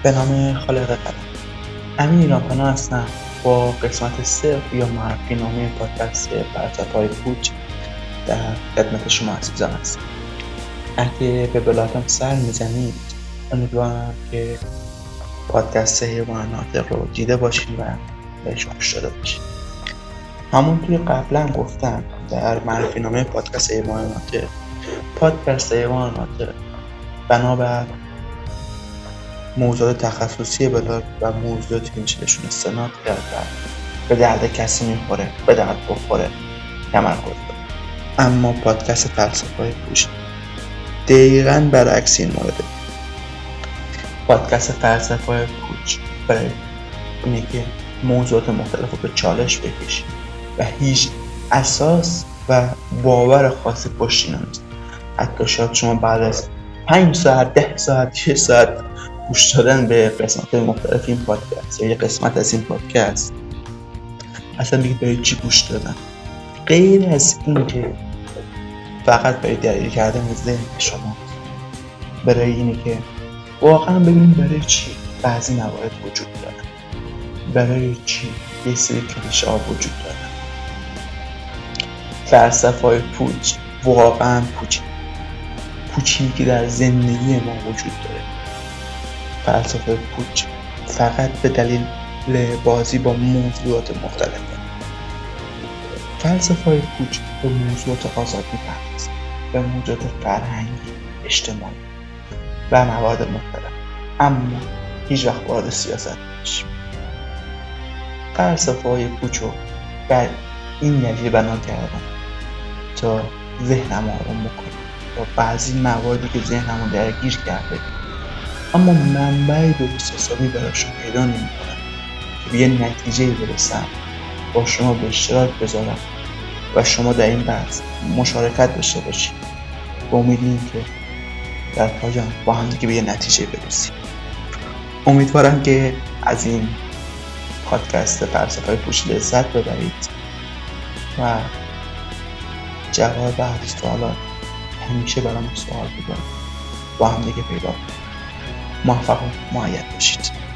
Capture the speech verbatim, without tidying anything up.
به نام خالق قلم. امین ایرانپناه هستم با قسمت سه یا معرفی نامه پادکست فلسفه‌های پوچ در خدمت شما عزیزان هستم. اگه به بلاگم سر میزنید امیدوارم که پادکست حیوان ناطق رو دیده باشید و بهش گوش داده باشید. همون توی قبلا گفتم در معرفی نامه پادکست حیوان ناطق پادکست حیوان ناطق بنابر موضوع تخصصی بلاگ و موضوعاتی که میشه بهشون استناد کرد به درد کسی میخوره، به درد بخوره تمرکز داره. اما پادکست فلسفه‌های پوچ دقیقاً برعکس این مورد. پادکست فلسفه‌های پوچ برای اینه که موضوعات مختلف رو به چالش بکشید و هیچ اساس و باور خاصی پشت اینا نیست. حتی شاید شما بعد از پنج ساعت، ده ساعت، یک ساعت گوش دادن به قسمت مختلف این پادکست یا یه قسمت از این پادکست اصلا بگید برای چی گوش دادن، غیر از این که فقط برای درگیر کردن ذهن شما، برای اینه که واقعا ببینید برای چی بعضی موارد وجود دارن، برای چی یه سری کلیشه ها وجود دارن. فلسفه‌های پوچ واقعا پوچی پوچی که در زندگی ما وجود داره. فلسفه پوچ فقط به دلیل بازی با موضوعات مختلفه. فلسفه پوچ به موضوعات آزادی می‌پردازه، به موضوعات فرهنگی، اجتماعی و موارد مختلف، اما هیچ وقت وارد سیاست نمیشه. فلسفه های پوچ رو بر این دلیل بنا کردن تا ذهنم آروم بکنه با بعضی مواردی که ذهنم رو درگیر کرده، اما منبع درست حسابی براش پیدا نمی‌کنم که به یه نتیجه‌ای برسم، با شما به اشتراک بذارم و شما در این بحث مشارکت داشته باشید، با امید اینکه در پایان با هم دیگه به یه نتیجه برسیم. امیدوارم که از این پادکست فلسفه‌های پوچ لذت ببرید و جواب بعضی سوالات همیشه برام سوال بودن با هم دیگه پیدا کنیم. موفق و مؤید باشید.